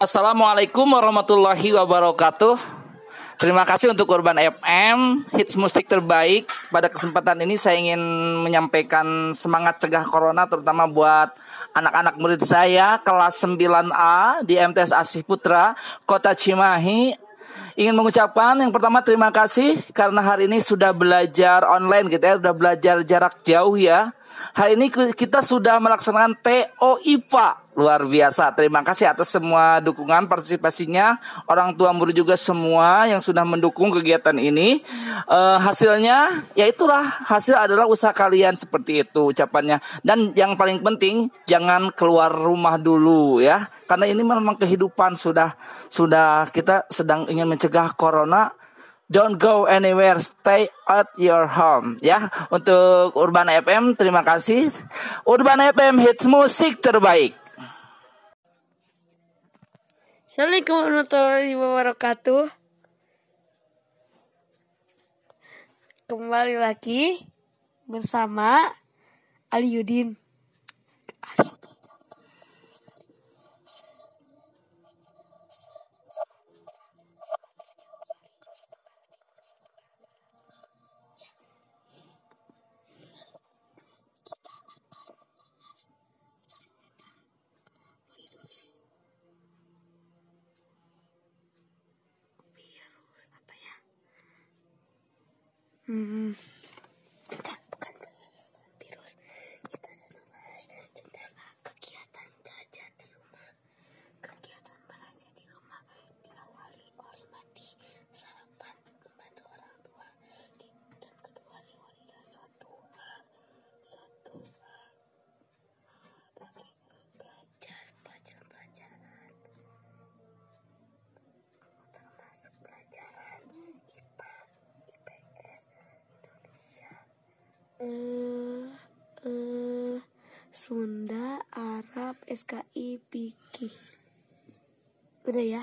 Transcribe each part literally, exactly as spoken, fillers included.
Assalamualaikum warahmatullahi wabarakatuh. Terima kasih untuk Urban F M, hits musik terbaik. Pada kesempatan ini saya ingin menyampaikan semangat cegah corona, terutama buat anak-anak murid saya kelas sembilan A di M T S Asih Putra, Kota Cimahi. Ingin mengucapkan yang pertama terima kasih karena hari ini sudah belajar online gitu ya, sudah belajar jarak jauh ya. Hari ini kita sudah melaksanakan T O I P A. Luar biasa. Terima kasih atas semua dukungan partisipasinya, orang tua murid juga semua yang sudah mendukung kegiatan ini. E, hasilnya ya itulah, hasil adalah usaha kalian, seperti itu ucapannya. Dan yang paling penting jangan keluar rumah dulu ya. Karena ini memang kehidupan, sudah sudah kita sedang ingin mencegah corona. Don't go anywhere, stay at your home ya. Untuk Urban F M terima kasih. Urban F M, hits musik terbaik. Assalamualaikum warahmatullahi wabarakatuh. Kembali lagi bersama Ali Yudin. Hmm. Bukan, bukan virus. Kita sedang bahas tentang kegiatan belajar di rumah. Kegiatan belajar di rumah diawali oleh mandi, sarapan, membantu orang tua, dan kedua diawali dengan suatu hal, suatu hal bagi belajar, pelajaran pelajaran, termasuk pelajaran I P A. Uh, uh, Sunda, Arab, S K I, Fikih. Udah ya.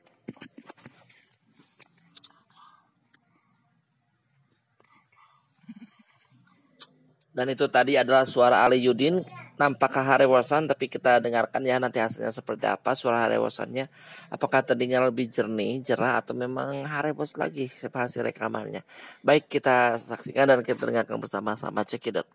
Dan itu tadi adalah suara Ali Yudin. Nampaknya harewasan, tapi kita dengarkan ya nanti hasilnya seperti apa suara harewasannya. Apakah terdengar lebih jernih, jerah, atau memang harewas lagi hasil rekamannya. Baik, kita saksikan dan kita dengarkan bersama-sama. Cekidot.